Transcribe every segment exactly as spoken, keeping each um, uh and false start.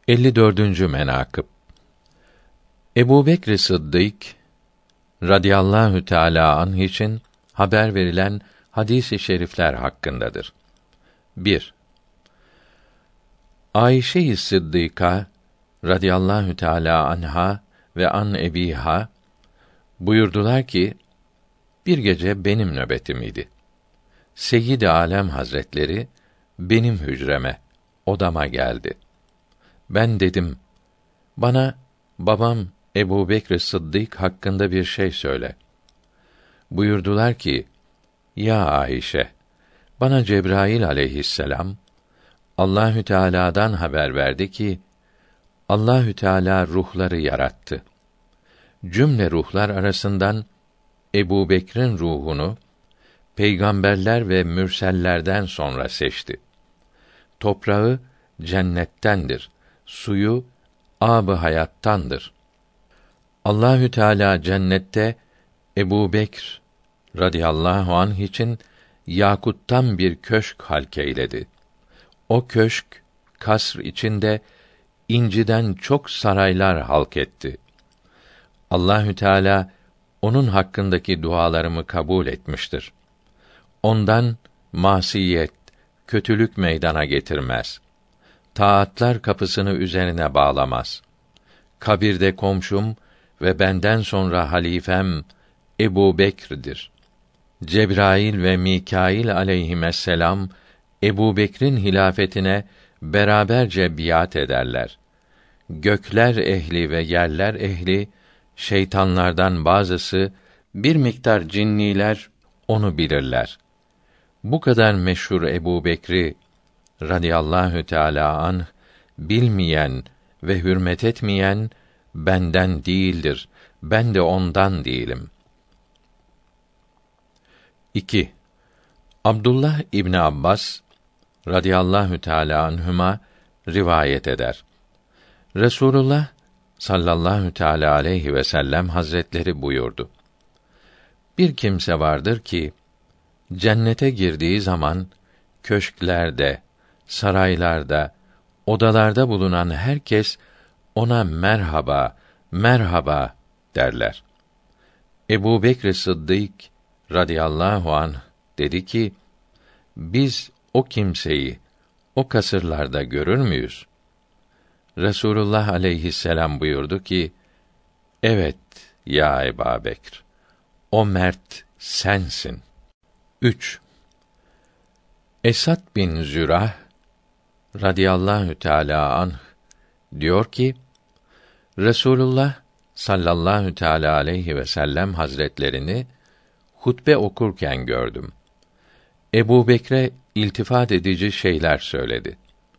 elli dördüncü menakıb Ebu Bekr Sıddık radıyallahu teâlâ anh için haber verilen hadis-i şerifler hakkındadır. bir. Ayşe-i Sıddıka radıyallahu teâlâ anha ve an ebiha buyurdular ki, bir gece benim nöbetim idi. Seyyid-i Alem Hazretleri benim hücreme, odama geldi. Ben dedim, bana babam Ebu Bekr Sıddık hakkında bir şey söyle. Buyurdular ki, ya Ayşe, bana Cebrail aleyhisselam Allahü Teala'dan haber verdi ki, Allahü Teala ruhları yarattı. Cümle ruhlar arasından Ebu Bekr'in ruhunu peygamberler ve mürsellerden sonra seçti. Toprağı cennettendir, suyu âb-ı hayattandır. Allahü Teala cennette Ebu Bekr radıyallahu anh için yakuttan bir köşk halkeyledi. O köşk kasr içinde inciden çok saraylar halk etti. Allahü Teala onun hakkındaki dualarımı kabul etmiştir. Ondan masiyet, kötülük meydana getirmez. Taatlar kapısını üzerine bağlamaz. Kabirde komşum ve benden sonra halifem Ebu Bekr'dir. Cebrail ve Mikail aleyhisselam Ebu Bekr'in hilafetine beraberce biat ederler. Gökler ehli ve yerler ehli, şeytanlardan bazısı, bir miktar cinniler onu bilirler. Bu kadar meşhur Ebu Bekr'i radıyallahu teâlâ anh bilmeyen ve hürmet etmeyen benden değildir. Ben de ondan değilim. iki. Abdullah İbni Abbas radıyallahu teâlâ anhuma rivayet eder. Resulullah sallallahu teâlâ aleyhi ve sellem hazretleri buyurdu. Bir kimse vardır ki cennete girdiği zaman köşklerde, saraylarda, odalarda bulunan herkes ona merhaba, merhaba derler. Ebu Bekr Sıddık radıyallahu anh dedi ki, biz o kimseyi o kasırlarda görür müyüz? Resulullah aleyhisselam buyurdu ki, evet ya Ebu Bekr, o mert sensin. üç. Esad bin Zürah radıyallahu teâlâ anh diyor ki, Resulullah sallallahu teâlâ aleyhi ve sellem hazretlerini hutbe okurken gördüm. Ebu Bekr'e iltifat edici şeyler söyledi.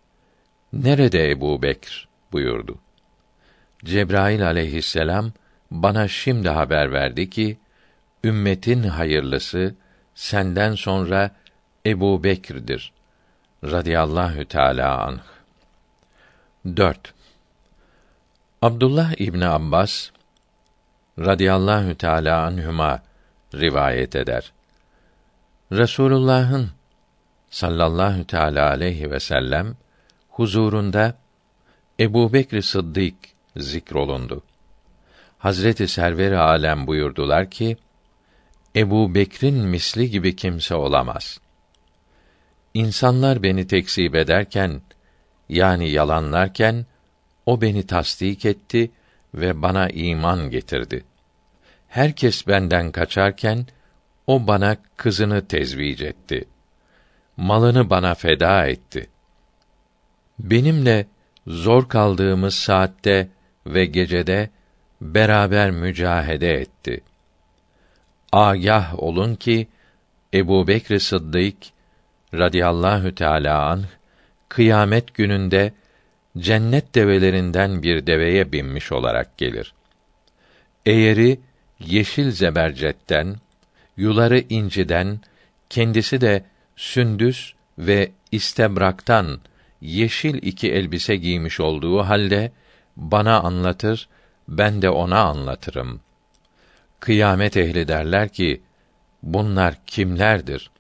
Nerede Ebu Bekr buyurdu. Cebrail aleyhisselam bana şimdi haber verdi ki, ümmetin hayırlısı senden sonra Ebu Bekr'dir radıyallahu teâlâ anh. dört. Abdullah İbni Abbas radıyallahu teâlâ anhuma rivayet eder. Resulullah'ın sallallahu teâlâ aleyhi ve sellem huzurunda Ebu Bekr Sıddık zikrolundu. Hazreti Server-i Alem buyurdular ki, Ebu Bekr'in misli gibi kimse olamaz. İnsanlar beni tekzip ederken, yani yalanlarken, o beni tasdik etti ve bana iman getirdi. Herkes benden kaçarken, o bana kızını tezvic etti. Malını bana feda etti. Benimle zor kaldığımız saatte ve gecede beraber mücahede etti. Âgâh olun ki Ebu Bekr Sıddık radıyallahu teâlâ anh kıyamet gününde cennet develerinden bir deveye binmiş olarak gelir. Eğeri yeşil zebercetten, yuları inciden, kendisi de sündüs ve istebraktan yeşil iki elbise giymiş olduğu halde bana anlatır, ben de ona anlatırım. Kıyamet ehli derler ki, bunlar kimlerdir?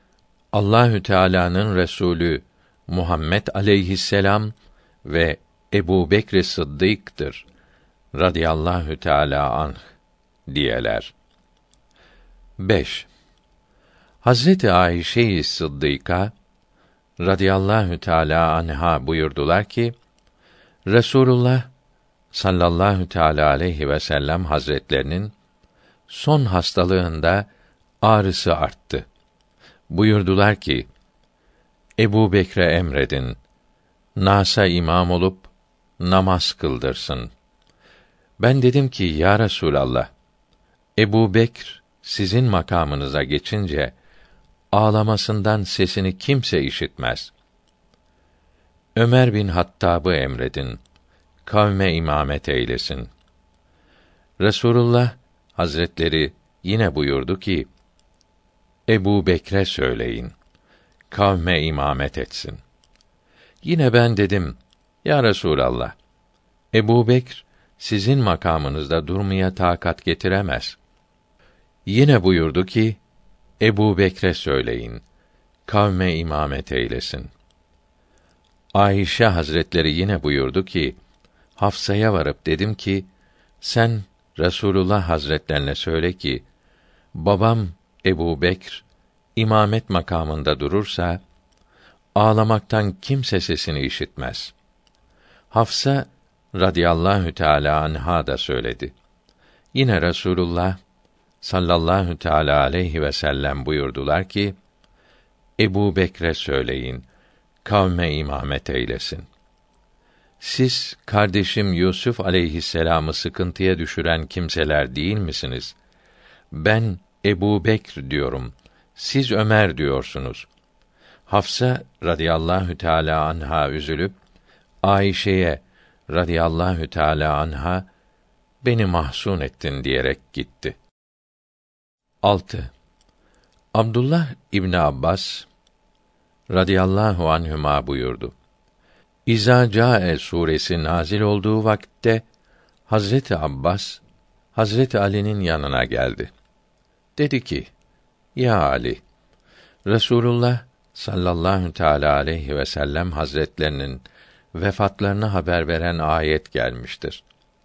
Allahü Teala'nın Resulü Muhammed aleyhisselam ve Ebu Bekr Sıddık'tır radıyallahu teâlâ anh diyeler. beş. Hazreti Ayşe-i Sıddıka radıyallahu teâlâ anha buyurdular ki, Resulullah sallallahu teâlâ aleyhi ve sellem hazretlerinin son hastalığında ağrısı arttı. Buyurdular ki, Ebu Bekre emredin, nasa imam olup namaz kıldırsın. Ben dedim ki, ya Resûlallah, Ebu Bekr sizin makamınıza geçince ağlamasından sesini kimse işitmez. Ömer bin Hattab'ı emredin, kavme imamet eylesin. Resulullah Hazretleri yine buyurdu ki, Ebu Bekre söyleyin, kavme imamet etsin. Yine ben dedim, ya Resûlallah, Ebu Bekr sizin makamınızda durmaya takat getiremez. Yine buyurdu ki, Ebu Bekre söyleyin, kavme imamet eylesin. Ayşe Hazretleri yine buyurdu ki, Hafsa'ya varıp dedim ki, sen Resulullah Hazretlerine söyle ki, babam Ebu Bekr imamet makamında durursa, ağlamaktan kimse sesini işitmez. Hafsa radıyallahu teâlâ anha da söyledi. Yine Resulullah sallallahu teâlâ aleyhi ve sellem buyurdular ki, Ebu Bekre söyleyin, kavme imamet eylesin. Siz kardeşim Yusuf aleyhisselam'ı sıkıntıya düşüren kimseler değil misiniz? Ben Ebu Bekr diyorum, siz Ömer diyorsunuz. Hafsa radıyallahu teâlâ anha üzülüp Ayşe'ye radıyallahu teâlâ anha beni mahzun ettin diyerek gitti. altı. Abdullah İbni Abbas radıyallahu anhüma buyurdu. İzâ câe suresi nazil olduğu vakitte Hazreti Abbas Hazreti Ali'nin yanına geldi. Dedi ki: Ya Ali, Resulullah sallallahu teâlâ aleyhi ve sellem hazretlerinin vefatlarını haber veren ayet gelmiştir.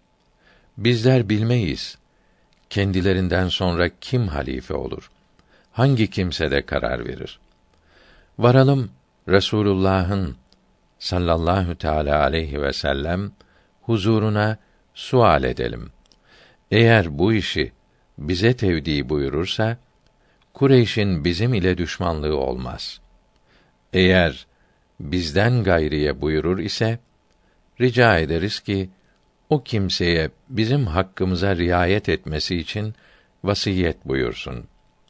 Bizler bilmeyiz, kendilerinden sonra kim halife olur? Hangi kimse de karar verir? Varalım Resulullah'ın sallallahu teâlâ aleyhi ve sellem huzuruna sual edelim. Eğer bu işi bize tevdi buyurursa, Kureyş'in bizim ile düşmanlığı olmaz. Eğer bizden gayriye buyurur ise, rica ederiz ki, o kimseye bizim hakkımıza riayet etmesi için vasiyet buyursun.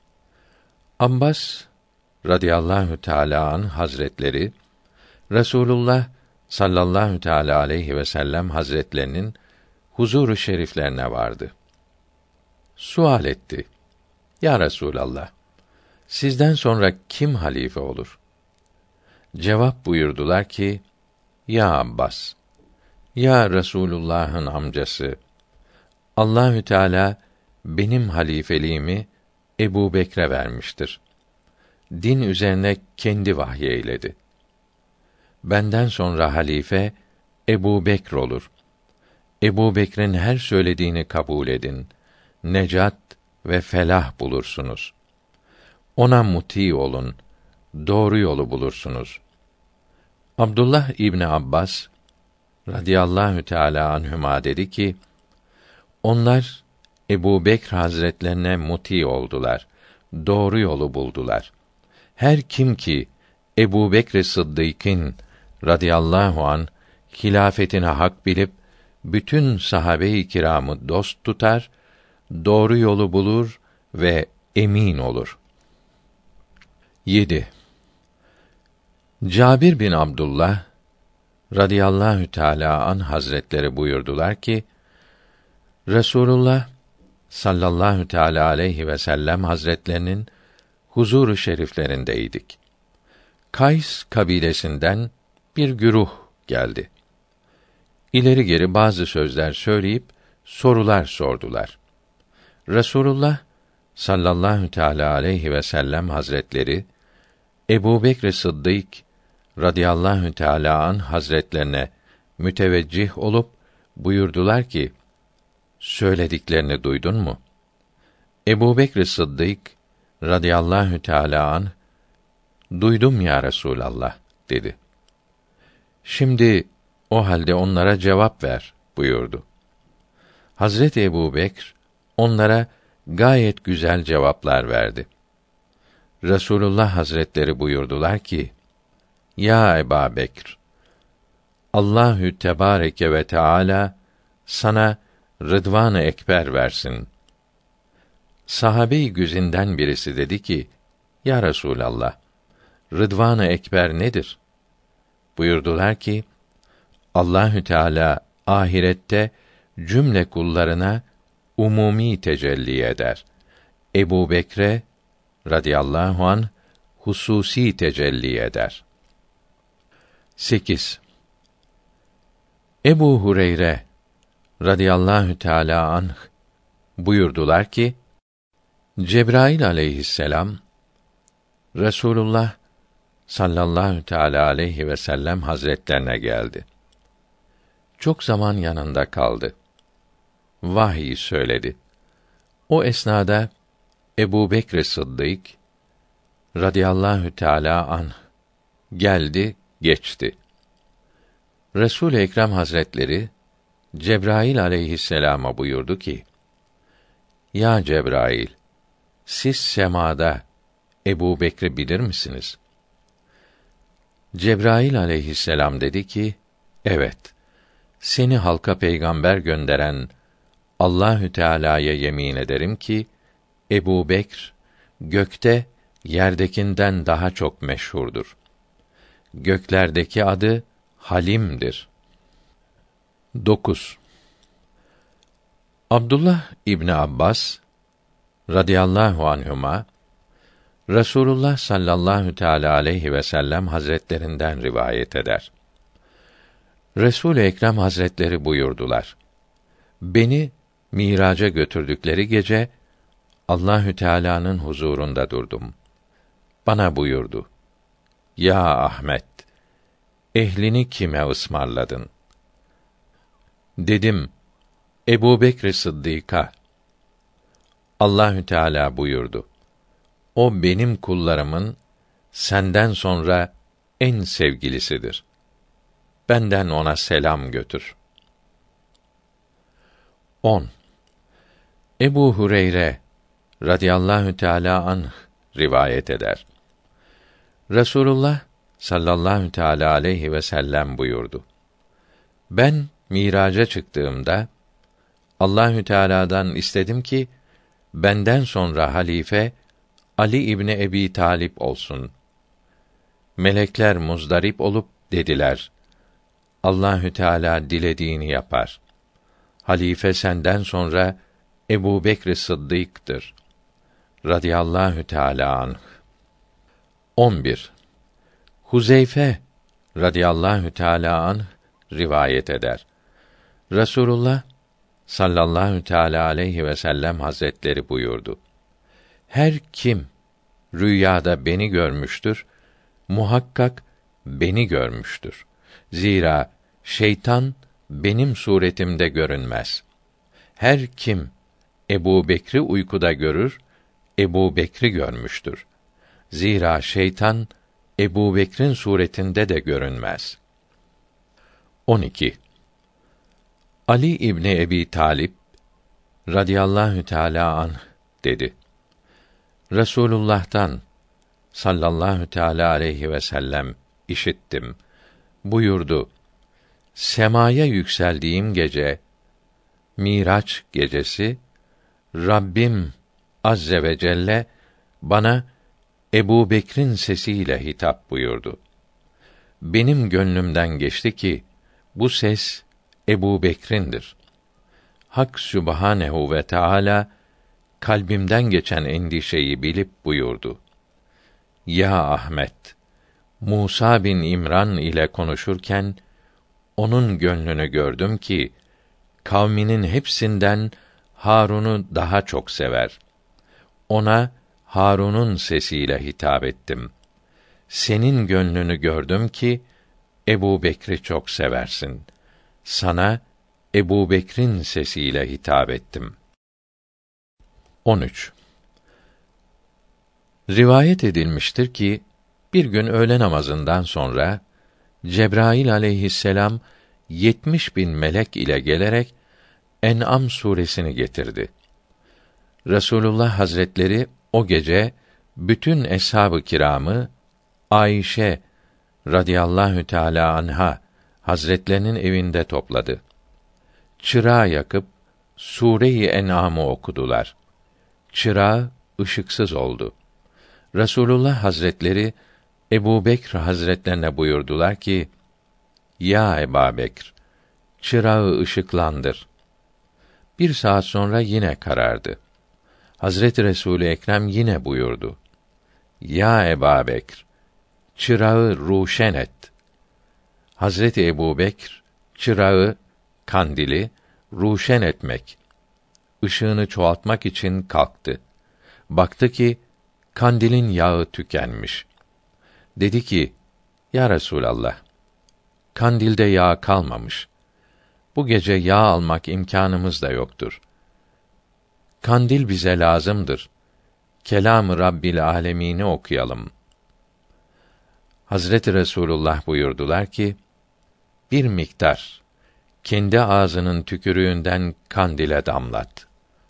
Abbas radıyallahu teâlâ anh hazretleri, Resulullah sallallahu teâlâ aleyhi ve sellem hazretlerinin huzuru şeriflerine vardı. Sual etti. Ya Resûlallah, sizden sonra kim halife olur? Cevap buyurdular ki, Ya Abbas, ya Resulullah'ın amcası, Allahü Teala benim halifeliğimi Ebu Bekre vermiştir. Din üzerine kendi vahyeyledi. Benden sonra halife Ebu Bekr olur. Ebu Bekr'in her söylediğini kabul edin. Necat ve felah bulursunuz. Ona muti olun. Doğru yolu bulursunuz. Abdullah İbni Abbas radıyallahu teâlâ anhüma dedi ki, onlar Ebu Bekr Hazretlerine muti oldular. Doğru yolu buldular. Her kim ki Ebu Bekr Sıddık'ın radıyallahu an hilafetine hak bilip bütün sahabe-i kiramı dost tutar, doğru yolu bulur ve emin olur. yedi. Cabir bin Abdullah radıyallahu teâlâ anh hazretleri buyurdular ki, Resulullah sallallahu teâlâ aleyhi ve sellem hazretlerinin huzuru şeriflerindeydik. Kays kabilesinden bir güruh geldi. İleri geri bazı sözler söyleyip sorular sordular. Resulullah sallallahu teâlâ aleyhi ve sellem hazretleri Ebu Bekr Sıddık radıyallahu teâlâ anh hazretlerine müteveccih olup buyurdular ki: Söylediklerini duydun mu? Ebubekr Sıddık radıyallahu teâlâ anh, duydum ya Resûlallah dedi. Şimdi o halde onlara cevap ver buyurdu. Hazreti Ebubekr onlara gayet güzel cevaplar verdi. Resulullah Hazretleri buyurdular ki: Ya Ebu Bekr, Allahü Tebareke ve Teala sana Rıdvan-ı Ekber versin. Sahabe-i güzinden birisi dedi ki: Ya Resulallah, Rıdvan-ı Ekber nedir? Buyurdular ki: Allahü Teala ahirette cümle kullarına umumi tecelli eder. Ebu Bekre radıyallahu anh hususi tecelli eder. sekiz. Ebu Hureyre radıyallahu teâlâ anh buyurdular ki: Cebrail aleyhisselam Resulullah sallallahu teâlâ aleyhi ve sellem hazretlerine geldi. Çok zaman yanında kaldı. Vahiy söyledi. O esnada Ebu Bekr Sıddık radıyallahu teâlâ anh geldi, geçti. Resul-i Ekrem Hazretleri Cebrail aleyhisselama buyurdu ki: Ya Cebrail, siz semada Ebu Bekr'i bilir misiniz? Cebrail aleyhisselam dedi ki: Evet. Seni halka peygamber gönderen Allahü Teala'ya yemin ederim ki Ebu Bekr gökte yerdekinden daha çok meşhurdur. Göklerdeki adı Halim'dir. dokuz. Abdullah İbni Abbas radıyallahu anhuma Resulullah sallallahu teâlâ aleyhi ve sellem hazretlerinden rivayet eder. Resul-i Ekrem Hazretleri buyurdular: Beni miraca götürdükleri gece Allahü Teala'nın huzurunda durdum. Bana buyurdu: Ya Ahmet, ehlini kime ısmarladın? Dedim: Ebu Bekr Sıddık'a. Allahü Teala buyurdu: O benim kullarımın senden sonra en sevgilisidir. Benden ona selam götür. on. Ebu Hureyre radıyallahu teâlâ anh rivayet eder. Resulullah sallallahu teâlâ aleyhi ve sellem buyurdu: Ben miraca çıktığımda Allahü Teala'dan istedim ki benden sonra halife Ali İbni Ebi Talip olsun. Melekler muzdarip olup dediler: Allahü Teala dilediğini yapar. Halife senden sonra Ebu Bekr Sıddık'tır radıyallahu teâlâ anh. on bir. Huzeyfe radıyallahu teâlâ anh rivayet eder. Resulullah sallallahu teâlâ aleyhi ve sellem hazretleri buyurdu: Her kim rüyada beni görmüştür, muhakkak beni görmüştür. Zira şeytan benim suretimde görünmez. Her kim Ebu Bekr'i uykuda görür, Ebu Bekr'i görmüştür. Zira şeytan Ebu Bekr'in suretinde de görünmez. on iki. Ali İbni Ebi Talip radıyallahu teâlâ anh dedi: Resulullah'tan sallallahu teâlâ aleyhi ve sellem işittim. Buyurdu: Semaya yükseldiğim gece, Miraç gecesi, Rabbim azze ve celle bana Ebu Bekr'in sesiyle hitap buyurdu. Benim gönlümden geçti ki bu ses Ebu Bekr'indir. Hak Sübhanehu ve Teâlâ kalbimden geçen endişeyi bilip buyurdu: Ya Ahmet, Musa bin İmran ile konuşurken onun gönlünü gördüm ki kavminin hepsinden Harun'u daha çok sever. Ona Harun'un sesiyle hitap ettim. Senin gönlünü gördüm ki Ebu Bekr'i çok seversin. sana Ebu Bekir'in sesiyle hitap ettim. on üç. Rivayet edilmiştir ki, bir gün öğle namazından sonra, Cebrail aleyhisselam, yetmiş bin melek ile gelerek, En'am suresini getirdi. Resulullah Hazretleri, o gece, bütün eshab-ı kiramı, Ayşe radıyallahu teâlâ anha Hazretlerinin evinde topladı. Çırağı yakıp, Sûre-i En'am'ı okudular. Çırağı ışıksız oldu. Resulullah Hazretleri Ebu Bekr Hazretlerine buyurdular ki: Ya Ebu Bekr, çırağı ışıklandır. Bir saat sonra yine karardı. Hazreti Resul-i Ekrem yine buyurdu: Ya Ebu Bekr, çırağı ruşen et. Hazreti Ebu Bekr çırağı, kandili ruşen etmek, ışığını çoğaltmak için kalktı. Baktı ki kandilin yağı tükenmiş. Dedi ki: Ya Resulallah, kandilde yağ kalmamış. Bu gece yağ almak imkânımız da yoktur. Kandil bize lazımdır. Kelam-ı Rabbil Âlemîn'i okuyalım. Hazreti Resulullah buyurdular ki: Bir miktar kendi ağzının tükürüğünden kandile damlat.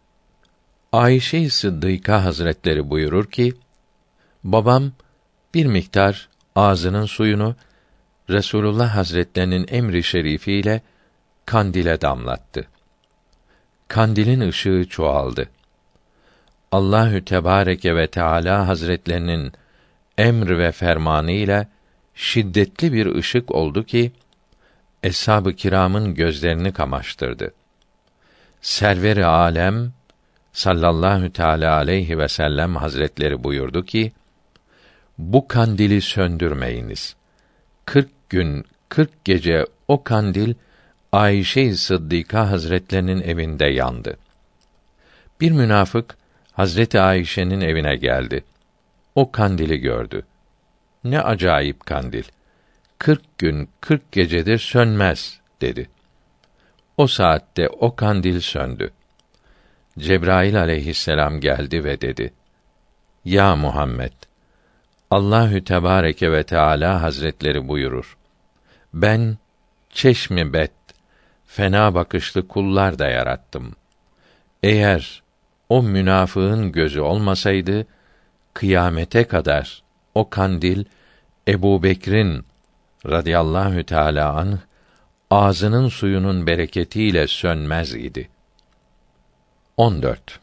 Ayşe-i Sıddıka Hazretleri buyurur ki, babam bir miktar ağzının suyunu Resulullah Hazretlerinin emri şerifiyle kandile damlattı. Kandilin ışığı çoğaldı. Allahü Tebareke ve Teala Hazretlerinin emr ve fermanı ile şiddetli bir ışık oldu ki eshab-ı kiramın gözlerini kamaştırdı. Server-i alem sallallahu teâlâ aleyhi ve sellem Hazretleri buyurdu ki: Bu kandili söndürmeyiniz. Kırk gün, kırk gece o kandil Ayşe-i Sıddıka Hazretlerinin evinde yandı. Bir münafık Hazreti Ayşe'nin evine geldi. O kandili gördü. Ne acayip kandil! Kırk gün, kırk gecedir sönmez, dedi. O saatte o kandil söndü. Cebrail aleyhisselam geldi ve dedi: Ya Muhammed, Allahü Tebareke ve Teala Hazretleri buyurur: Ben çeşmi bet, fena bakışlı kullar da yarattım. Eğer o münafığın gözü olmasaydı, kıyamete kadar o kandil Ebu Bekir'in radıyallahu teâlâ anh ağzının suyunun bereketiyle sönmez idi. on dört.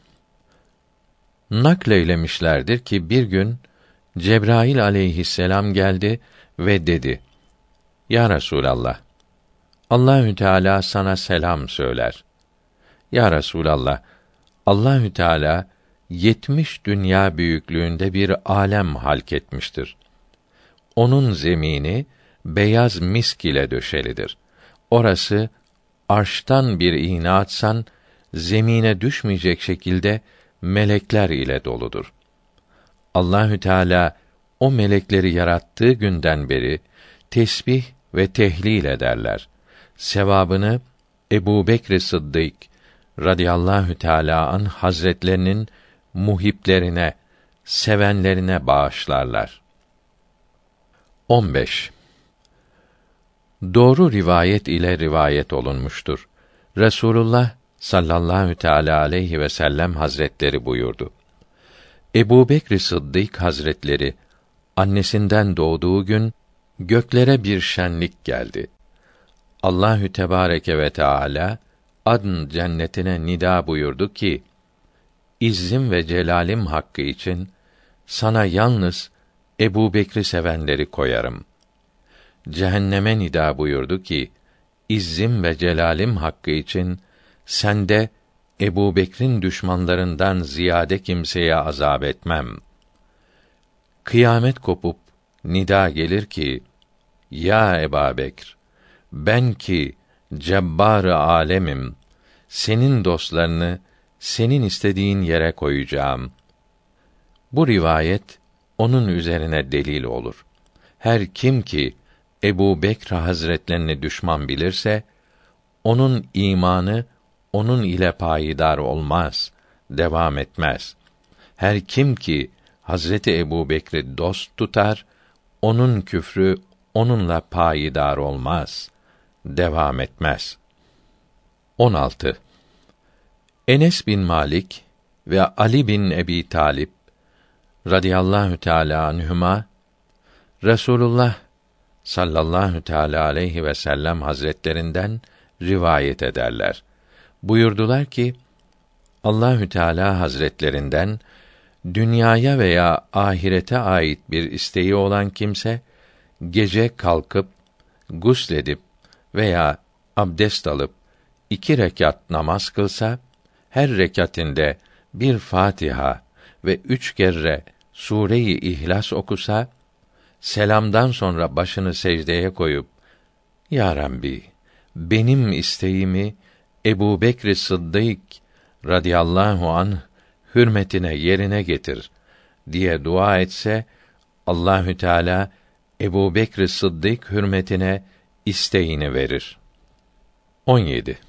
Nakleylemişlerdir ki bir gün Cebrail aleyhisselam geldi ve dedi: Ya Resulallah, Allahü Teala sana selam söyler. Ya Resulallah, Allahü Teala yetmiş dünya büyüklüğünde bir alem halk etmiştir. Onun zemini beyaz misk ile döşelidir. Orası arştan bir iğne atsan zemine düşmeyecek şekilde melekler ile doludur. Allahü Teala o melekleri yarattığı günden beri tesbih ve tehlil ederler. Sevabını Ebu Bekr Sıddık radıyallahu teâlâ anh Hazretlerinin muhiplerine, sevenlerine bağışlarlar. on beş. Doğru rivayet ile rivayet olunmuştur. Resulullah sallallahu teâlâ aleyhi ve sellem Hazretleri buyurdu: Ebu Bekr Sıddık Hazretleri annesinden doğduğu gün göklere bir şenlik geldi. Allahü Tebareke ve Teala Adn cennetine nida buyurdu ki: İzzim ve celalim hakkı için sana yalnız Ebu Bekir'i sevenleri koyarım. Cehenneme nida buyurdu ki: İzzim ve celalim hakkı için sende Ebu Bekir'in düşmanlarından ziyade kimseye azap etmem. Kıyamet kopup nida gelir ki: Ya Ebu Bekir, ben ki cebbar-ı alemim, senin dostlarını senin istediğin yere koyacağım. Bu rivayet onun üzerine delil olur. Her kim ki Ebu Bekr Hazretlerini düşman bilirse, onun imanı onun ile payidar olmaz, devam etmez. Her kim ki Hazreti Ebubekir'i dost tutar, onun küfrü onunla payidar olmaz, devam etmez. on altı. Enes bin Malik ve Ali bin Ebi Talip radıyallahu teâlâ anhuma, Resulullah sallallahu teâlâ aleyhi ve sellem hazretlerinden rivayet ederler. Buyurdular ki, Allahü Teala Hazretlerinden dünyaya veya ahirete ait bir isteği olan kimse gece kalkıp gusledip veya abdest alıp iki rekat namaz kılsa, her rekatinde bir Fatiha ve üç kere Sûre-i İhlas okusa, selamdan sonra başını secdeye koyup, Ya Rabbi, benim isteğimi Ebubekr Sıddık radıyallahu anh hürmetine yerine getir diye dua etse, Allahü Teala Ebubekr Sıddık hürmetine isteğini verir. on yedi.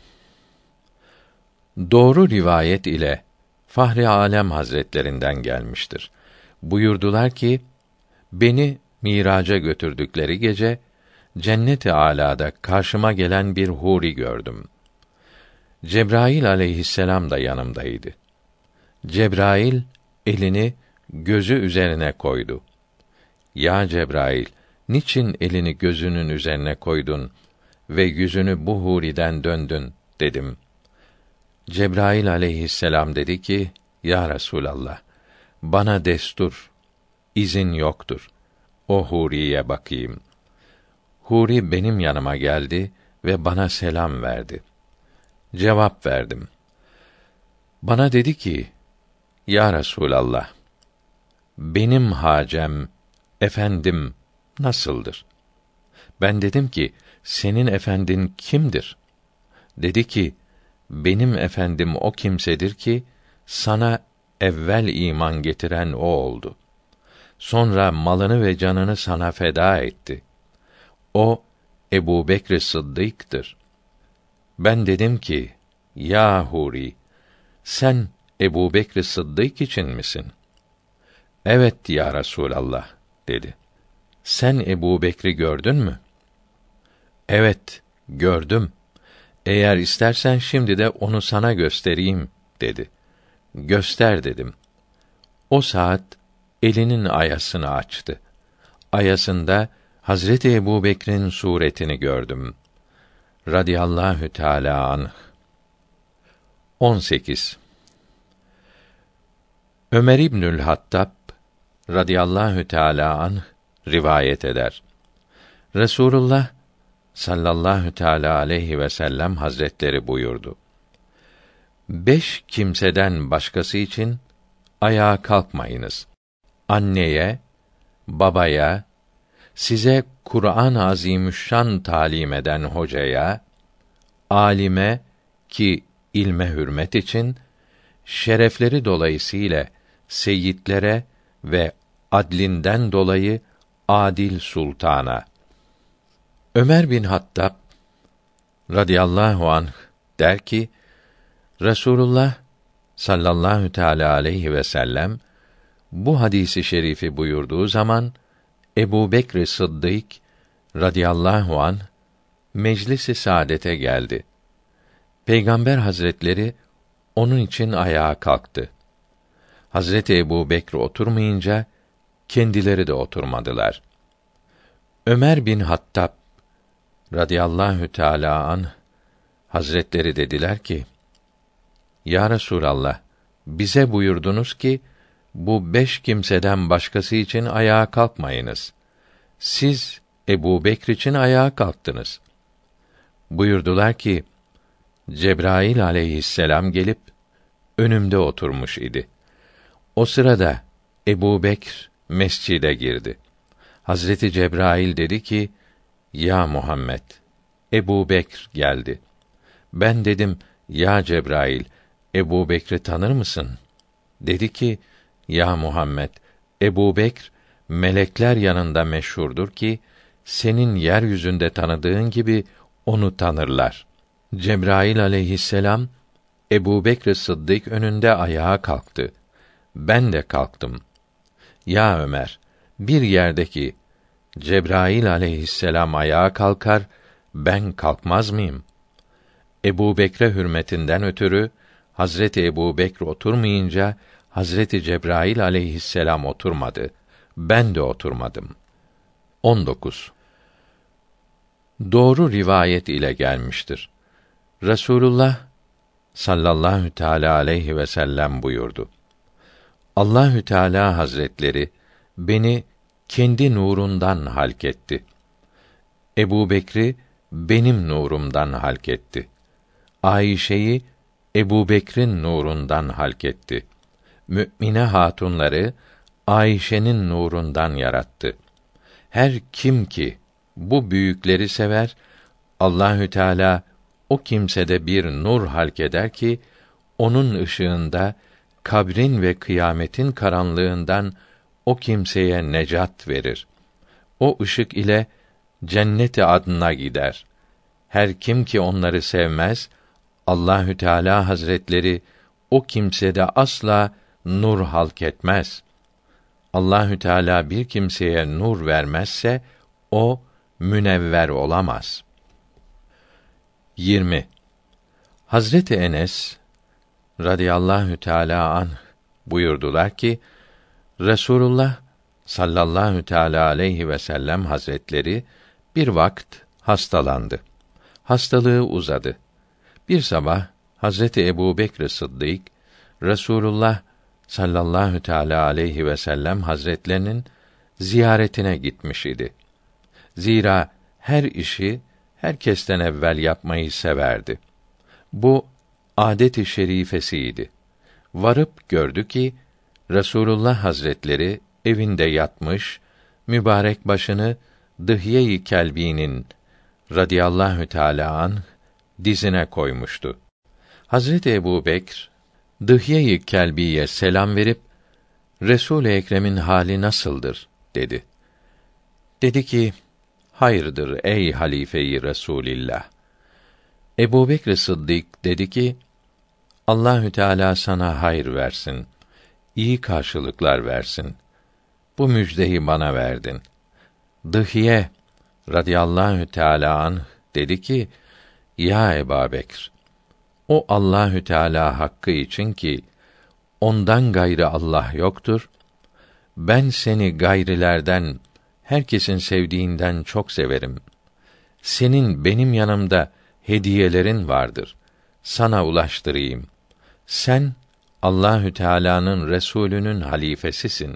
Doğru rivayet ile Fahri Alem Hazretlerinden gelmiştir. Buyurdular ki, beni miraca götürdükleri gece cennet-i âlâda karşıma gelen bir huri gördüm. Cebrail aleyhisselam da yanımdaydı. Cebrail elini gözü üzerine koydu. Ya Cebrail, niçin elini gözünün üzerine koydun ve yüzünü bu huriden döndün dedim. Cebrail aleyhisselam dedi ki, Ya Resûlallah, bana destur, izin yoktur. O huriye bakayım. Huri benim yanıma geldi ve bana selam verdi. Cevap verdim. Bana dedi ki, Ya Resûlallah, benim hacem, efendim nasıldır? Ben dedim ki, senin efendin kimdir? Dedi ki, benim efendim o kimsedir ki, sana evvel iman getiren o oldu. Sonra malını ve canını sana feda etti. O, Ebubekr Sıddık'tır. Ben dedim ki, Ya huri, sen Ebubekr Sıddık için misin? Evet ya Resûlallah dedi. Sen Ebubekir'i gördün mü? Evet, gördüm. Eğer istersen şimdi de onu sana göstereyim dedi. Göster dedim. O saat elinin ayasını açtı. Ayasında Hazreti Ebubekir'in suretini gördüm. Radiyallahu Teâlâ anh. on sekiz. Ömer İbnül Hattab radıyallahu teâlâ anh rivayet eder. Resulullah sallallahu teâlâ aleyhi ve sellem hazretleri buyurdu. Beş kimseden başkası için ayağa kalkmayınız. Anneye, babaya, size Kur'an-ı Azimüşşan talim eden hocaya, alime ki ilme hürmet için, şerefleri dolayısıyla seyyidlere ve adlinden dolayı adil sultana. Ömer bin Hattab radıyallahu anh der ki, Resulullah sallallahu teâlâ aleyhi ve sellem bu hadisi şerifi buyurduğu zaman Ebubekr Sıddık radıyallahu anh meclis-i saadete geldi. Peygamber Hazretleri onun için ayağa kalktı. Hazreti Ebubekr oturmayınca kendileri de oturmadılar. Ömer bin Hattab radıyallahu teâlâ anh Hazretleri dediler ki, Ya Resûlallah, bize buyurdunuz ki, bu beş kimseden başkası için ayağa kalkmayınız. Siz Ebubekr için ayağa kalktınız. Buyurdular ki, Cebrail aleyhisselam gelip önümde oturmuş idi. O sırada Ebubekr mescide girdi. Hazreti Cebrail dedi ki, Ya Muhammed, Ebubekr geldi. Ben dedim, Ya Cebrail, Ebubekr'i tanır mısın? Dedi ki, Ya Muhammed, Ebubekr melekler yanında meşhurdur ki senin yeryüzünde tanıdığın gibi onu tanırlar. Cebrail aleyhisselam Ebubekr Sıddık önünde ayağa kalktı. Ben de kalktım. Ya Ömer, bir yerdeki Cebrail aleyhisselam ayağa kalkar, ben kalkmaz mıyım? Ebubekre hürmetinden ötürü Hazreti Ebubekr oturmayınca Hazreti Cebrail aleyhisselam oturmadı. Ben de oturmadım. on dokuz. Doğru rivayet ile gelmiştir. Resulullah sallallahu teâlâ aleyhi ve sellem buyurdu. Allahü Teala Hazretleri beni kendi nurundan halketti. Ebubekri benim nurumdan halketti. Ayşe'yi Ebubekir'in nurundan halketti. Mü'mine hatunları Ayşe'nin nurundan yarattı. Her kim ki bu büyükleri sever, Allahü Teala o kimsede bir nur halkeder ki onun ışığında kabrin ve kıyametin karanlığından o kimseye necat verir. O ışık ile cennet-i adına gider. Her kim ki onları sevmez, Allahü Teala Hazretleri o kimsede asla nur halketmez. Allahü Teala bir kimseye nur vermezse o münevver olamaz. yirmi. Hazreti Enes radıyallahu teâlâ anh buyurdular ki, Resulullah sallallahu teâlâ aleyhi ve sellem Hazretleri bir vakt hastalandı. Hastalığı uzadı. Bir sabah Hazreti Ebubekr Sıddık Resulullah sallallahu teâlâ aleyhi ve sellem Hazretlerinin ziyaretine gitmiş idi. Zira her işi herkesten evvel yapmayı severdi. Bu âdet-i şerifesiydi. Varıp gördü ki Resulullah Hazretleri evinde yatmış, mübarek başını Dıhye-i Kelbi'nin radıyallahu teâlâ anh dizine koymuştu. Hazreti Ebubekr Dıhye-i Kelbi'ye selam verip Resul-i Ekrem'in hali nasıldır dedi. Dedi ki, hayırdır ey halife-i Resulillah. Ebubekr Sıddık dedi ki, Allahü Teala sana hayır versin, iyi karşılıklar versin. Bu müjdeyi bana verdin. Dıhye radıyallahu teâlâ anh dedi ki, ya Ebubekr, o Allahü Teala hakkı için ki ondan gayrı Allah yoktur. Ben seni gayrilerden, herkesin sevdiğinden çok severim. Senin benim yanımda hediyelerin vardır. Sana ulaştırayım. Sen Allahü Teala'nın Resulünün halifesisin.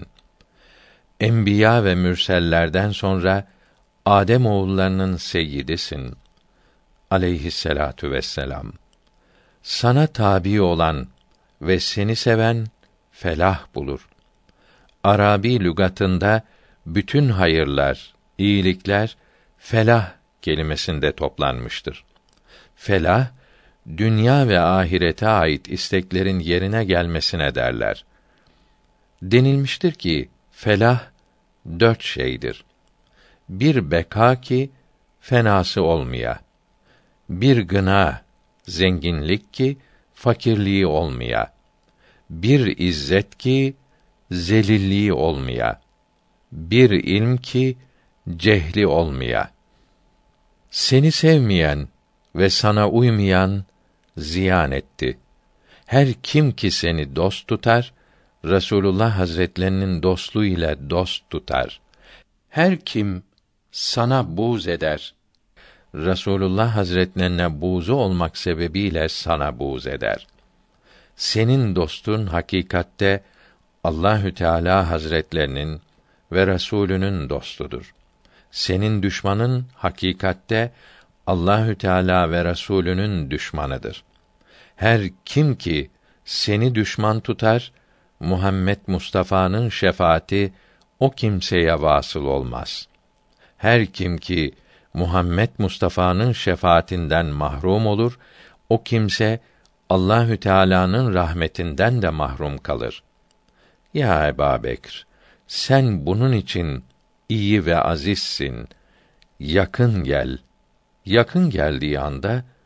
Enbiya ve mürsellerden sonra Adem oğullarının seyyidisin. Aleyhisselatu vesselam. Sana tabi olan ve seni seven felah bulur. Arabi lügatında bütün hayırlar, iyilikler felah kelimesinde toplanmıştır. Felah, dünya ve ahirete ait isteklerin yerine gelmesine derler. Denilmiştir ki felah dört şeydir. Bir beka ki fenası olmaya, bir gına, zenginlik ki fakirliği olmaya, bir izzet ki zelilliği olmaya, bir ilm ki cehli olmaya. Seni sevmeyen ve sana uymayan ziyan etti. Her kim ki seni dost tutar, Resulullah Hazretlerinin dostluğu ile dost tutar. Her kim sana buğz eder, Resulullah Hazretlerine buğzu olmak sebebiyle sana buğz eder. Senin dostun hakikatte Allahü Teala Hazretlerinin ve Resulünün dostudur. Senin düşmanın hakikatte Allahü Teala ve Resulünün düşmanıdır. Her kim ki seni düşman tutar, Muhammed Mustafa'nın şefaati o kimseye vasıl olmaz. Her kim ki Muhammed Mustafa'nın şefaatinden mahrum olur, o kimse Allahü Teala'nın rahmetinden de mahrum kalır. Ya Ebubekr, sen bunun için iyi ve azizsin. Yakın gel. Yakın geldiği anda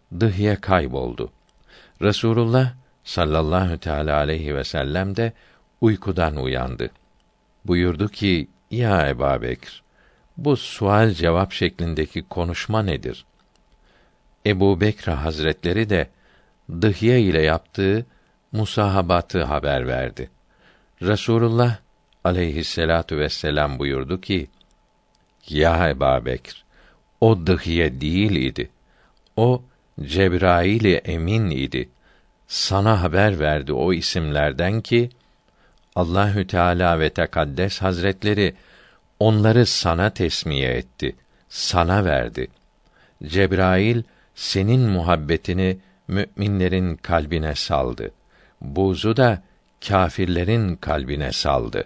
Dıhye kayboldu. Resulullah sallallahu teâlâ aleyhi ve sellem de uykudan uyandı. Buyurdu ki, ya Ebâbekr, bu sual cevap şeklindeki konuşma nedir? Ebu Bekr Hazretleri de Dıhye ile yaptığı musahabatı haber verdi. Resulullah aleyhisselatu vesselam buyurdu ki, ya Ebâbekr, o Dıhye değil idi. O Cebrail-i Emin idi. Sana haber verdi o isimlerden ki Allahü Teala ve Tekaddes Hazretleri onları sana tesmiye etti, sana verdi. Cebrail senin muhabbetini müminlerin kalbine saldı. Buğzu da kâfirlerin kalbine saldı.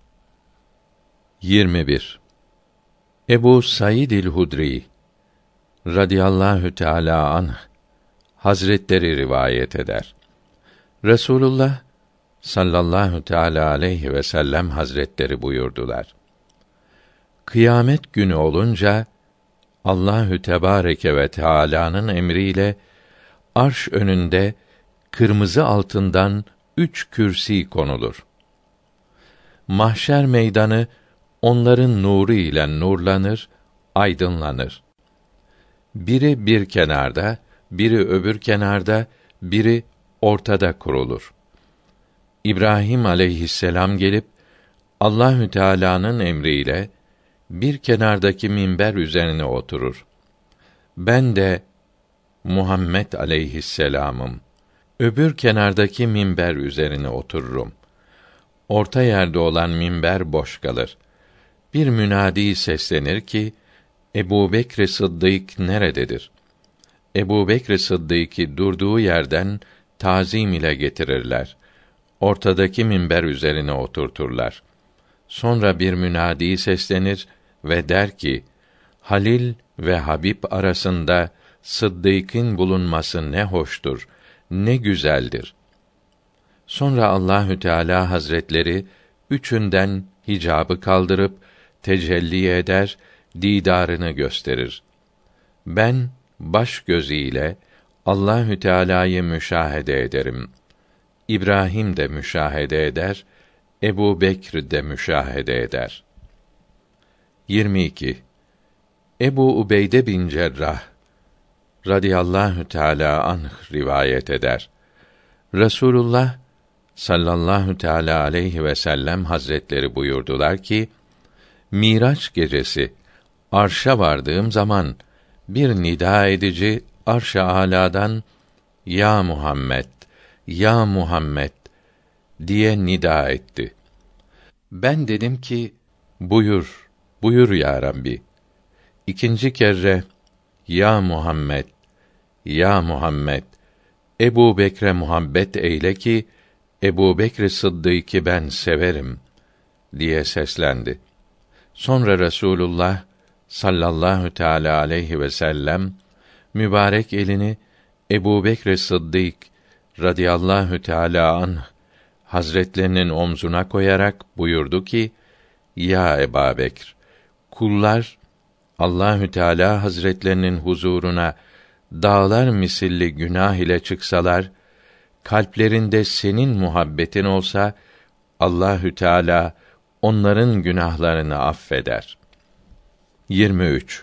yirmi bir. Ebu Said el-Hudri radıyallahu teâlâ anh Hazretleri rivayet eder. Resulullah sallallahu teâlâ aleyhi ve sellem Hazretleri buyurdular. Kıyamet günü olunca Allahü Tebareke ve Teâlâ'nın emriyle arş önünde kırmızı altından üç kürsi konulur. Mahşer meydanı onların nuru ile nurlanır, aydınlanır. Biri bir kenarda, biri öbür kenarda, biri ortada kurulur. İbrahim aleyhisselam gelip Allahü Teala'nın emriyle bir kenardaki minber üzerine oturur. Ben de Muhammed aleyhisselamım. Öbür kenardaki minber üzerine otururum. Orta yerde olan minber boş kalır. Bir münadi seslenir ki, Ebu Bekr Sıddık nerededir? Ebu Bekr Sıddık'ı durduğu yerden tazim ile getirirler. Ortadaki minber üzerine oturturlar. Sonra bir münadi seslenir ve der ki, Halil ve Habib arasında Sıddık'ın bulunması ne hoştur, ne güzeldir. Sonra Allahü Teala Hazretleri üçünden hicabı kaldırıp tecelli eder, didarını gösterir. Ben baş gözüyle Allahü Teala'yı müşahede ederim. İbrahim de müşahede eder, Ebu Bekr de müşahede eder. yirmi iki. Ebu Ubeyde bin Cerrah radıyallahu teâlâ anh rivayet eder. Resulullah sallallahu teâlâ aleyhi ve sellem Hazretleri buyurdular ki, Miraç gecesi arşa vardığım zaman bir nida edici arş-ı âlâdan ya Muhammed, ya Muhammed diye nida etti. Ben dedim ki, buyur, buyur ya Rabbi. İkinci kere ya Muhammed, ya Muhammed, Ebu Bekre muhabbet eyle ki Ebu Bekr Sıddık'ı ben severim diye seslendi. Sonra Resulullah sallallahu teâlâ aleyhi ve sellem mübarek elini Ebu Bekr Sıddık radıyallahu teâlâ anh Hazretlerinin omzuna koyarak buyurdu ki, ya Ebu Bekr, kullar Allahü Teala Hazretlerinin huzuruna dağlar misilli günah ile çıksalar, kalplerinde senin muhabbetin olsa, Allahü Teala onların günahlarını affeder. yirmi üç.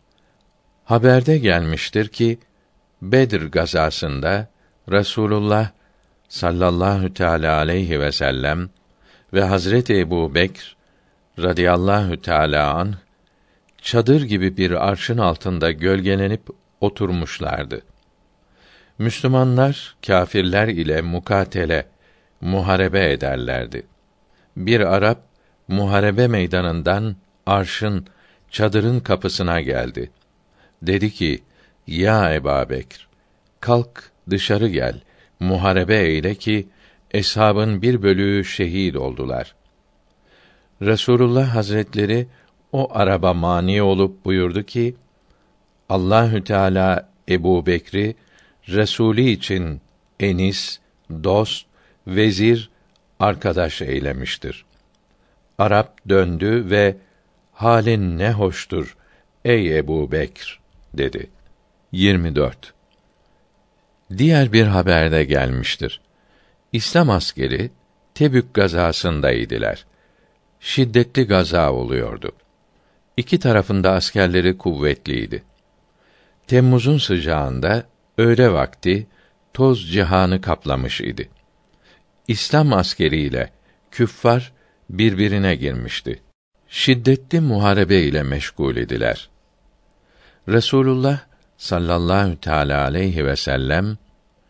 Haberde gelmiştir ki Bedir gazasında Resulullah sallallahu teâlâ aleyhi ve sellem ve Hazreti Ebu Bekr radıyallahu teâlâ anh çadır gibi bir arşın altında gölgelenip oturmuşlardı. Müslümanlar kâfirler ile mukatele, muharebe ederlerdi. Bir Arap muharebe meydanından arşın, çadırın kapısına geldi. Dedi ki, ya Ebu Bekr, kalk dışarı gel, muharebe eyle ki eshabın bir bölüğü şehit oldular. Resulullah Hazretleri o araba mani olup buyurdu ki, Allahü Teala Ebu Bekri Resulü için enis, dost, vezir, arkadaş eylemiştir. Arap döndü ve halin ne hoştur ey Ebu Bekr dedi. yirmi dört. Diğer bir haberde gelmiştir. İslam askeri Tebük gazasındaydılar. Şiddetli gaza oluyordu. İki tarafında askerleri kuvvetliydi. Temmuz'un sıcağında öğle vakti toz cihanı kaplamış idi. İslam askeriyle küffar birbirine girmişti. Şiddetli muharebe ile meşgul idiler. Resulullah sallallahu teâlâ aleyhi ve sellem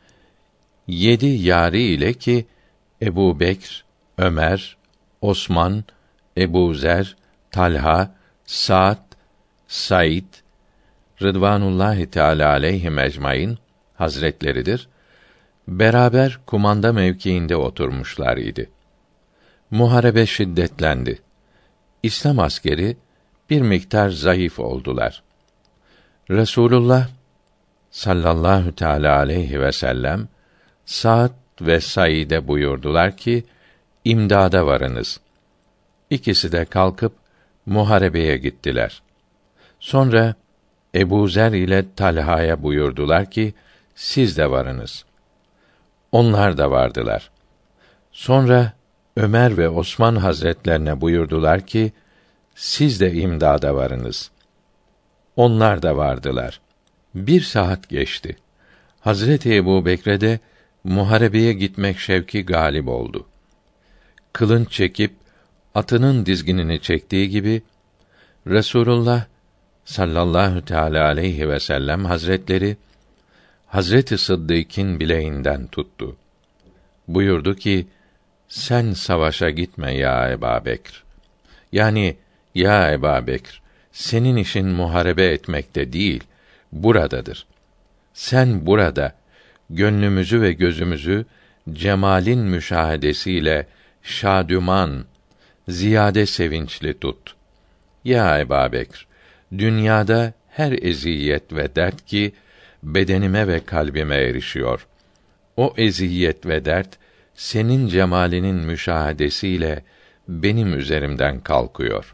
yedi yâri ile ki Ebu Bekr, Ömer, Osman, Ebu Zer, Talha, Sa'd, Said Rıdvanullahi Teâlâ aleyhim ecmaîn hazretleridir. Beraber kumanda mevkiinde oturmuşlar idi. Muharebe şiddetlendi. İslam askeri bir miktar zayıf oldular. Resulullah sallallahu teâlâ aleyhi ve sellem Sa'd ve Said'e buyurdular ki imdada varınız. İkisi de kalkıp muharebeye gittiler. Sonra Ebu Zer ile Talha'ya buyurdular ki siz de varınız. Onlar da vardılar. Sonra Ömer ve Osman hazretlerine buyurdular ki siz de imdada varınız. Onlar da vardılar. Bir saat geçti. Hazreti Ebu Bekre de muharebeye gitmek şevki galip oldu. Kılınç çekip atının dizginini çektiği gibi Resulullah sallallahu teâlâ aleyhi ve sellem hazretleri Hazreti Sıddık'ın bileğinden tuttu. Buyurdu ki sen savaşa gitme ya Ebu Bekr. Yani ya Ebu Bekr, senin işin muharebe etmekte değil, buradadır. Sen burada gönlümüzü ve gözümüzü cemalin müşahedesiyle şadüman, ziyade sevinçli tut. Ya Ebu Bekr, dünyada her eziyet ve dert ki bedenime ve kalbime erişiyor. O eziyet ve dert senin cemalinin müşahedesiyle benim üzerimden kalkıyor.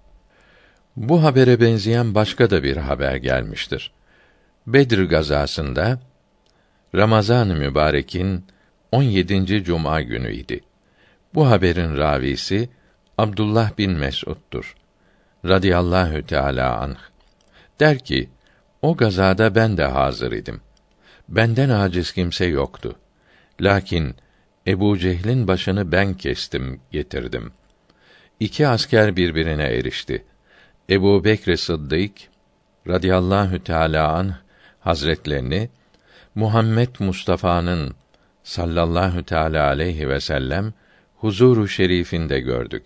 Bu habere benzeyen başka da bir haber gelmiştir. Bedir gazasında Ramazan-ı Mübarek'in on yedinci cuma günüydi. Bu haberin ravisi Abdullah bin Mes'ud'dur. Radıyallahu teâlâ anh. Der ki, o gazada ben de hazır idim. Benden aciz kimse yoktu. Lakin Ebu Cehl'in başını ben kestim, getirdim. İki asker birbirine erişti. Ebu Bekr Sıddık radıyallahu teâlâ anh hazretlerini Muhammed Mustafa'nın sallallahu teâlâ aleyhi ve sellem huzuru şerifinde gördük.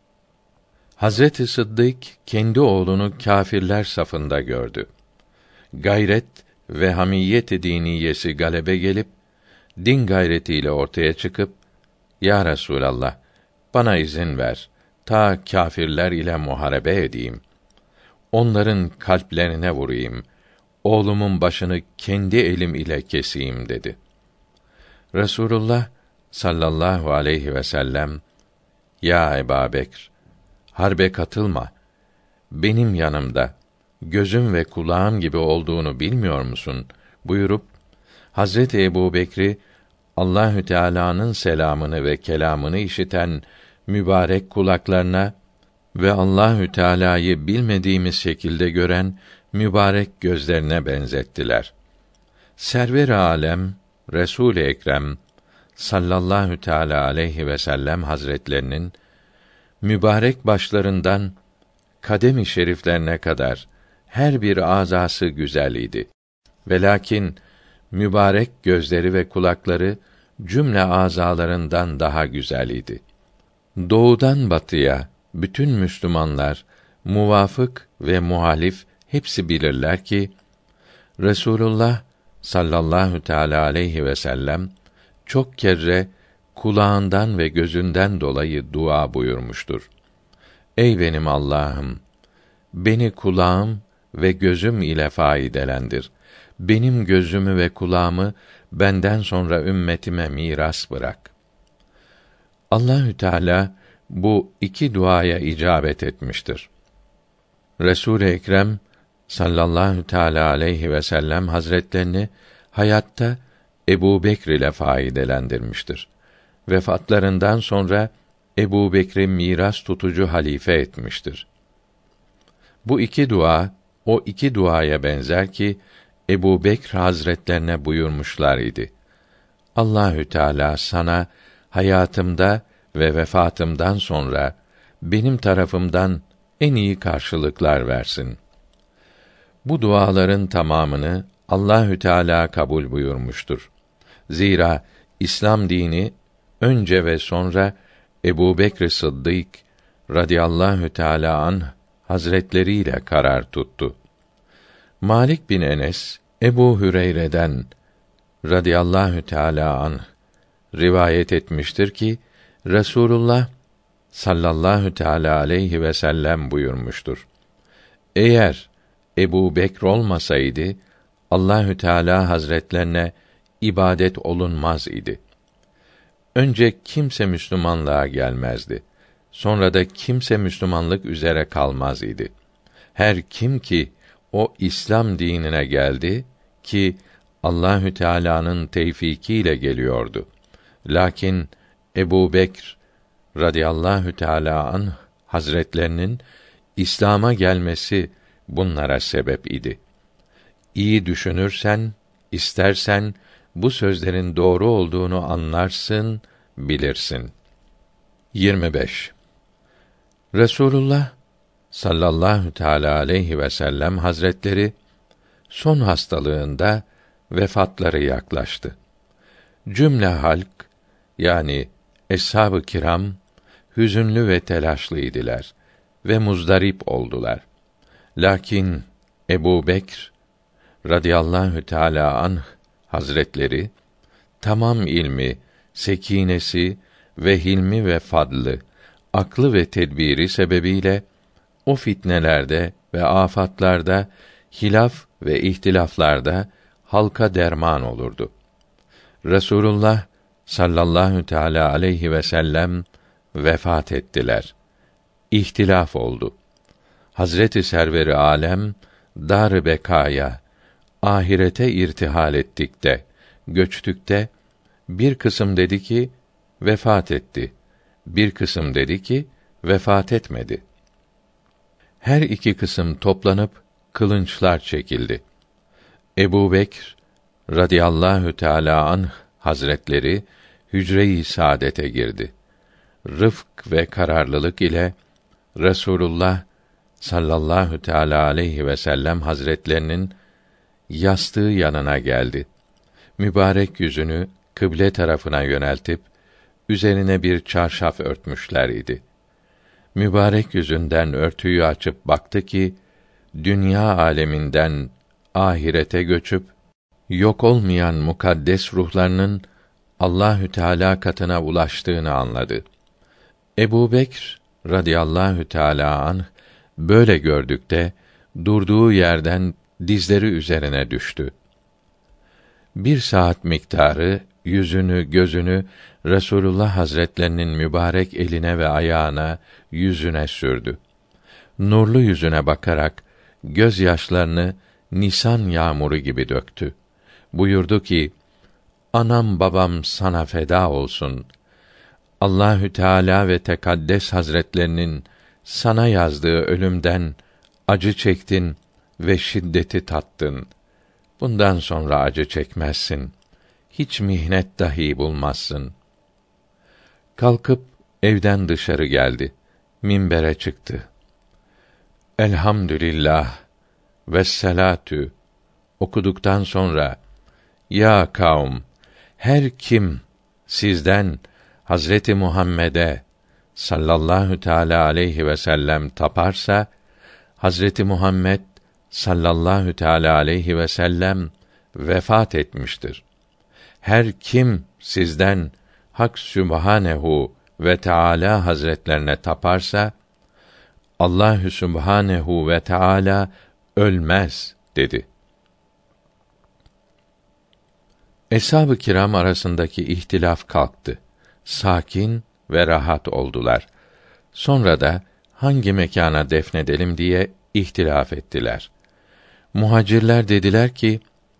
Hazreti Sıddık kendi oğlunu kâfirler safında gördü. Gayret ve hamiyet-i diniyesi galebe gelip din gayretiyle ortaya çıkıp ya Resulallah bana izin ver ta kâfirler ile muharebe edeyim. Onların kalplerine vurayım. Oğlumun başını kendi elim ile keseyim dedi. Resulullah sallallahu aleyhi ve sellem ya Ebu Bekr, harbe katılma. Benim yanımda gözüm ve kulağım gibi olduğunu bilmiyor musun? Buyurup Hazreti Ebu Bekri Allahü Teala'nın selamını ve kelamını işiten mübarek kulaklarına ve Allahü Teala'yı bilmediğimiz şekilde gören mübarek gözlerine benzettiler. Server-i alem Resul-i Ekrem sallallahu teâlâ aleyhi ve sellem hazretlerinin mübarek başlarından kadem-i şeriflerine kadar her bir azası güzel idi. Ve lakin mübarek gözleri ve kulakları cümle azalarından daha güzel idi. Doğudan batıya bütün Müslümanlar, muvafık ve muhalif hepsi bilirler ki Resulullah sallallahu teâlâ aleyhi ve sellem çok kere kulağından ve gözünden dolayı dua buyurmuştur. Ey benim Allah'ım, beni kulağım ve gözüm ile faydelendir. Benim gözümü ve kulağımı benden sonra ümmetime miras bırak. Allahü Teala bu iki duaya icabet etmiştir. Resul-i Ekrem sallallahu teâlâ aleyhi ve sellem hazretlerini hayatta Ebu Bekr ile faydelendirmiştir. Vefatlarından sonra Ebu Bekr'i miras tutucu halife etmiştir. Bu iki dua, o iki duaya benzer ki, Ebu Bekr Hazretlerine buyurmuşlar idi. Allahü Teala sana hayatımda ve vefatımdan sonra benim tarafımdan en iyi karşılıklar versin. Bu duaların tamamını Allahü Teala kabul buyurmuştur. Zira İslam dini önce ve sonra Ebu Bekr Sıddık radıyallahu teâlâ anh hazretleri ile karar tuttu. Malik bin Enes, Ebu Hüreyre'den radıyallahu teâlâ anh rivayet etmiştir ki, Resulullah sallallahu teâlâ aleyhi ve sellem buyurmuştur. Eğer Ebu Bekr olmasaydı, Allahü Teâlâ Hazretlerine ibadet olunmaz idi. Önce kimse Müslümanlığa gelmezdi. Sonra da kimse Müslümanlık üzere kalmaz idi. Her kim ki o İslam dinine geldi ki Allahü Teala'nın tevfikiyle geliyordu. Lakin Ebu Bekr radıyallahu teâlâ anh hazretlerinin İslam'a gelmesi bunlara sebep idi. İyi düşünürsen, istersen bu sözlerin doğru olduğunu anlarsın, bilirsin. yirmi beş. Resulullah sallallahu teâlâ aleyhi ve sellem hazretleri son hastalığında vefatları yaklaştı. Cümle halk, yani eshab-ı kiram hüzünlü ve telaşlıydılar ve muzdarip oldular. Lakin Ebu Bekr radıyallahu teâlâ anh hazretleri tamam ilmi, sekînesi ve hilmi ve fadlı, aklı ve tedbiri sebebiyle o fitnelerde ve afatlarda, hilaf ve ihtilaflarda halka derman olurdu. Resulullah sallallahu teâlâ aleyhi ve sellem vefat ettiler. İhtilaf oldu. Hazreti Server-i Alem dar-ı bekaya, ahirete irtihal ettik de, göçtük de, bir kısım dedi ki vefat etti. Bir kısım dedi ki vefat etmedi. Her iki kısım toplanıp kılınçlar çekildi. Ebu Bekr radıyallahu teâlâ anh hazretleri hücre-i saadete girdi. Rıfk ve kararlılık ile Resulullah sallallahu teâlâ aleyhi ve sellem hazretlerinin yastığı yanına geldi. Mübarek yüzünü kıble tarafına yöneltip üzerine bir çarşaf örtmüşler idi. Mübarek yüzünden örtüyü açıp baktı ki dünya aleminden ahirete göçüp yok olmayan mukaddes ruhlarının Allahü Teala katına ulaştığını anladı. Ebu Bekr radıyallahu teâlâ anh böyle gördükte durduğu yerden dizleri üzerine düştü. Bir saat miktarı yüzünü, gözünü Resulullah Hazretlerinin mübarek eline ve ayağına, yüzüne sürdü. Nurlu yüzüne bakarak gözyaşlarını nisan yağmuru gibi döktü. Buyurdu ki: Anam babam sana feda olsun. Allahü Teala ve Tekaddes Hazretlerinin sana yazdığı ölümden acı çektin ve şiddeti tattın. Bundan sonra acı çekmezsin. Hiç mihnet dahi bulmazsın. Kalkıp evden dışarı geldi. Minbere çıktı. Elhamdülillah vesselâtü okuduktan sonra, ya kavm, her kim sizden Hazreti Muhammed'e sallallahu teâlâ aleyhi ve sellem taparsa, Hazreti Muhammed sallallahu teâlâ aleyhi ve sellem vefat etmiştir. Her kim sizden Hak Sübhanehu ve Teâlâ Hazretlerine taparsa, Allahü Sübhanehu ve Teâlâ ölmez dedi. Eshab-ı kiram arasındaki ihtilaf kalktı. Sakin ve rahat oldular. Sonra da hangi mekana defnedelim diye ihtilaf ettiler. Muhacirler dediler ki,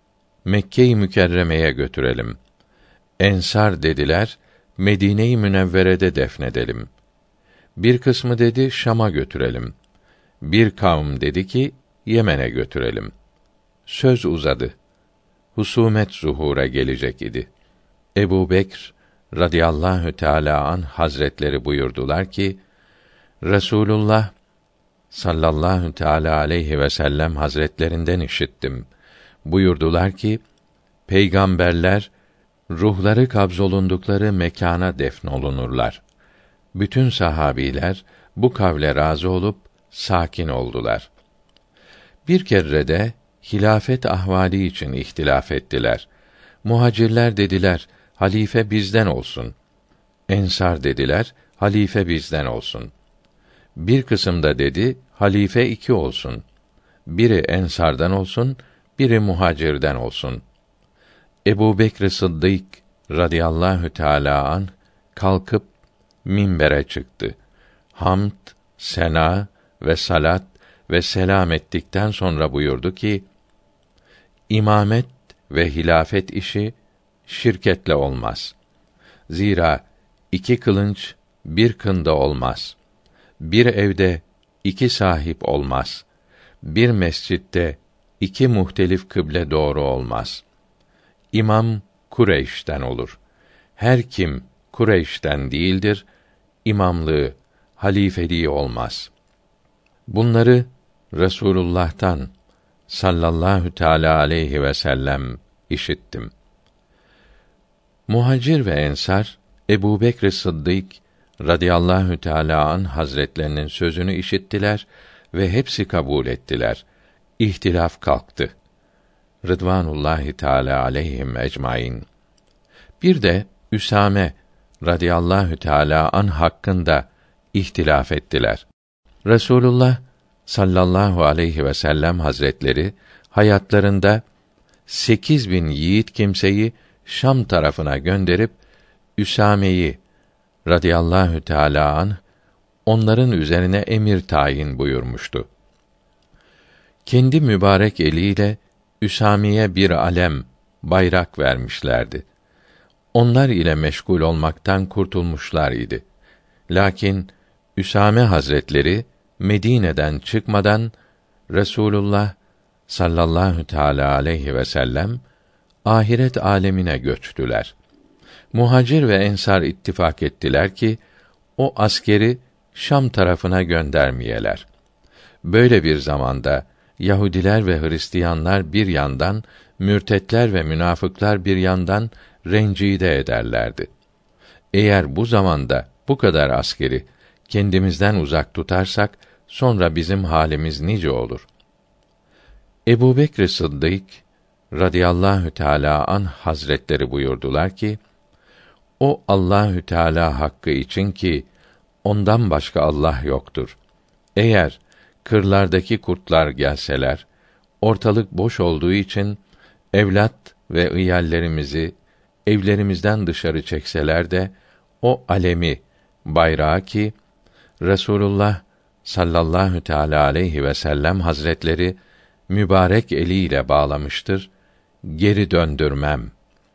Mekke-i Mükerreme'ye götürelim. Ensar dediler, Medine-i Münevvere'de defnedelim. Bir kısmı dedi, Şam'a götürelim. Bir kavm dedi ki, Yemen'e götürelim. Söz uzadı. Husumet zuhura gelecek idi. Ebu Bekr radıyallahu teâlâ anh hazretleri buyurdular ki, Resulullah sallallahu teâlâ aleyhi ve sellem hazretlerinden işittim. Buyurdular ki, peygamberler ruhları kabzolundukları mekana defnolunurlar. Bütün sahabiler bu kavle razı olup sakin oldular. Bir kerrede hilafet ahvali için ihtilaf ettiler. Muhacirler dediler, halife bizden olsun. Ensar dediler, halife bizden olsun. Bir kısım da dedi, halife iki olsun. Biri ensardan olsun, biri muhacirden olsun. Ebu Bekr Sıddık radıyallahu teâlâ anh kalkıp minbere çıktı. Hamd, sena ve salat ve selam ettikten sonra buyurdu ki, İmamet ve hilafet işi şirketle olmaz. Zira iki kılınç bir kında olmaz. Bir evde iki sahip olmaz. Bir mescitte iki muhtelif kıble doğru olmaz. İmam Kureyş'ten olur. Her kim Kureyş'ten değildir, imamlığı, halifeliği olmaz. Bunları Resulullah'tan sallallahu teâlâ aleyhi ve sellem işittim. Muhacir ve ensar Ebu Bekr Sıddık radıyallahu teâlâ anh hazretlerinin sözünü işittiler ve hepsi kabul ettiler. İhtilaf kalktı. Rıdvanullahi teâlâ aleyhim ecmaîn. Bir de Üsame radıyallahu teâlâ anh hakkında ihtilaf ettiler. Resulullah sallallahu aleyhi ve sellem hazretleri hayatlarında sekiz bin yiğit kimseyi Şam tarafına gönderip Üsame'yi radıyallahu teâlâ anh onların üzerine emir tayin buyurmuştu. Kendi mübarek eliyle Üsame'ye bir alem, bayrak vermişlerdi. Onlar ile meşgul olmaktan kurtulmuşlar idi. Lakin Üsame Hazretleri Medine'den çıkmadan Resulullah sallallahu teâlâ aleyhi ve sellem ahiret alemine göçtüler. Muhacir ve ensar ittifak ettiler ki o askeri Şam tarafına göndermeyeler. Böyle bir zamanda Yahudiler ve Hristiyanlar bir yandan, mürtetler ve münafıklar bir yandan rencide ederlerdi. Eğer bu zamanda bu kadar askeri kendimizden uzak tutarsak sonra bizim halimiz nice olur. Ebu Bekr Sıddık radıyallahu teâlâ anh hazretleri buyurdular ki, o Allahü Teala hakkı için ki ondan başka Allah yoktur. Eğer kırlardaki kurtlar gelseler, ortalık boş olduğu için evlat ve ıyallerimizi evlerimizden dışarı çekseler de o alemi, bayrağı ki Resulullah sallallahu teâlâ aleyhi ve sellem hazretleri mübarek eliyle bağlamıştır, geri döndürmem.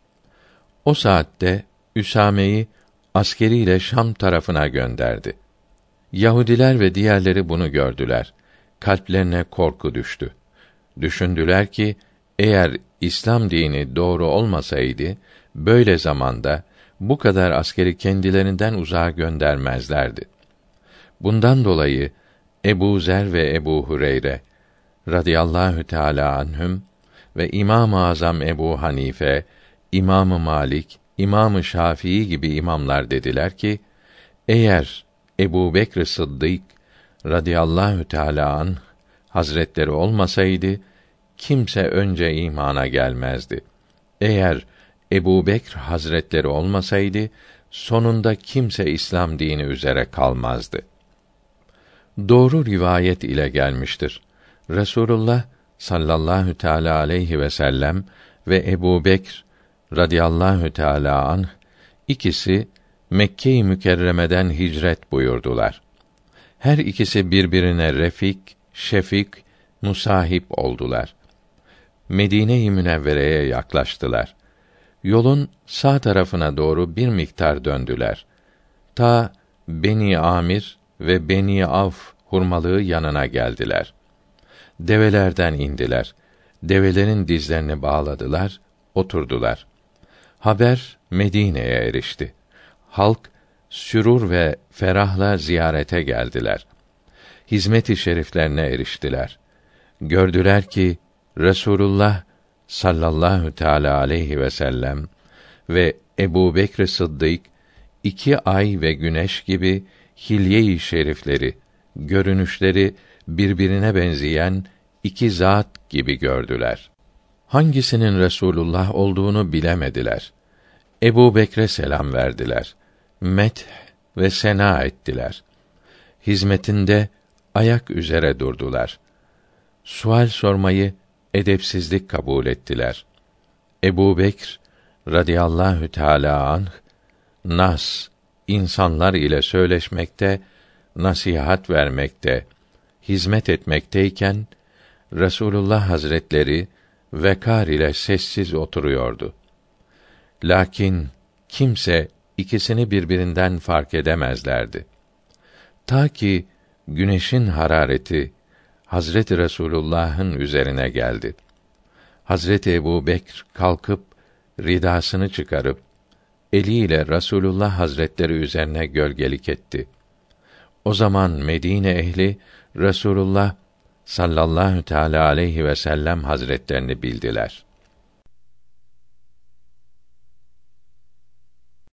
O saatte Üsame'yi askeriyle Şam tarafına gönderdi. Yahudiler ve diğerleri bunu gördüler. Kalplerine korku düştü. Düşündüler ki eğer İslam dini doğru olmasaydı böyle zamanda bu kadar askeri kendilerinden uzağa göndermezlerdi. Bundan dolayı Ebu Zer ve Ebu Hureyre radıyallahu teâlâ anhüm ve İmam-ı Azam Ebu Hanife, İmam-ı Malik, İmam-ı Şafii gibi imamlar dediler ki, eğer Ebu Bekr Sıddık radıyallahu teâlâ anh hazretleri olmasaydı, kimse önce imana gelmezdi. Eğer Ebu Bekr hazretleri olmasaydı, sonunda kimse İslam dini üzere kalmazdı. Doğru rivayet ile gelmiştir. Resulullah sallallahu teâlâ aleyhi ve sellem ve Ebu Bekr radıyallahu teâlâ anh ikisi Mekke-i Mükerreme'den hicret buyurdular. Her ikisi birbirine refik, şefik, musahip oldular. Medine-i Münevvere'ye yaklaştılar. Yolun sağ tarafına doğru bir miktar döndüler. Ta Beni Amir ve Beni Avf hurmalığı yanına geldiler. Develerden indiler. Develerin dizlerini bağladılar, oturdular. Haber Medine'ye erişti. Halk sürur ve ferahla ziyarete geldiler. Hizmet-i şeriflerine eriştiler. Gördüler ki Resulullah sallallahu teâlâ aleyhi ve sellem ve Ebu Bekr Sıddık iki ay ve güneş gibi hilye-i şerifleri, görünüşleri birbirine benzeyen iki zat gibi gördüler. Hangisinin Resulullah olduğunu bilemediler. Ebu Bekre selam verdiler. Meth ve sena ettiler. Hizmetinde ayak üzere durdular. Sual sormayı edepsizlik kabul ettiler. Ebu Bekr radıyallahu teâlâ anh, nas, insanlar ile söyleşmekte, nasihat vermekte, hizmet etmekteyken, Resulullah Hazretleri vekâr ile sessiz oturuyordu. Lakin kimse ikisini birbirinden fark edemezlerdi. Ta ki güneşin harareti Hazreti Resulullah'ın üzerine geldi. Hazreti Ebu Bekr kalkıp ridasını çıkarıp eliyle Resulullah Hazretleri üzerine gölgelik etti. O zaman Medine ehli Resulullah sallallahu teâlâ aleyhi ve sellem Hazretlerini bildiler.